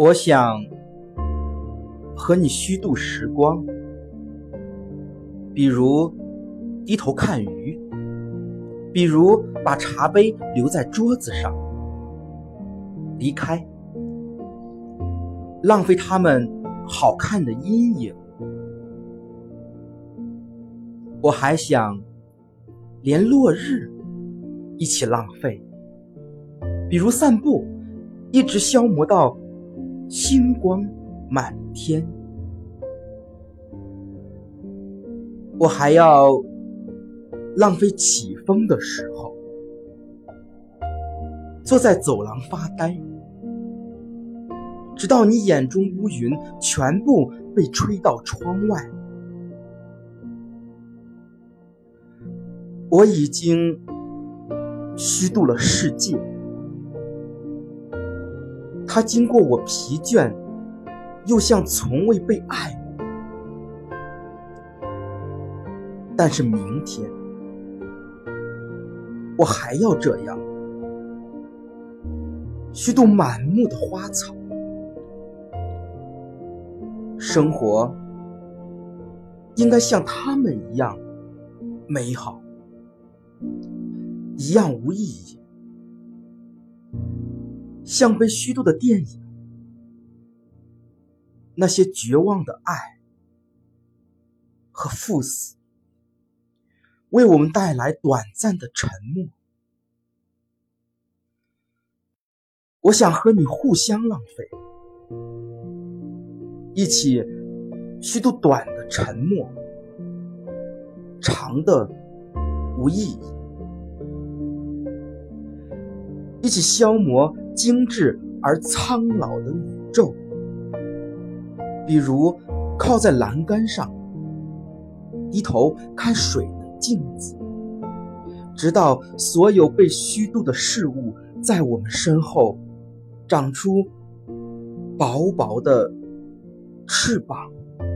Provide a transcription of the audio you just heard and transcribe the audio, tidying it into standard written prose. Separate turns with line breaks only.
我想和你虚度时光，比如低头看鱼，比如把茶杯留在桌子上，离开，浪费它们好看的阴影。我还想连落日一起浪费，比如散步，一直消磨到星光满天。我还要浪费起风的时候，坐在走廊发呆，直到你眼中乌云全部被吹到窗外。我已经虚度了世界，它经过我疲倦，又像从未被爱过。但是明天，我还要这样虚度满目的花草。生活应该像他们一样美好，一样无意义，像被虚度的电影，那些绝望的爱和赴死，为我们带来短暂的沉默。我想和你互相浪费，一起虚度短的沉默，长的无意义，一起消磨精致而苍老的宇宙，比如靠在栏杆上，低头看水的镜子，直到所有被虚度的事物在我们身后长出薄薄的翅膀。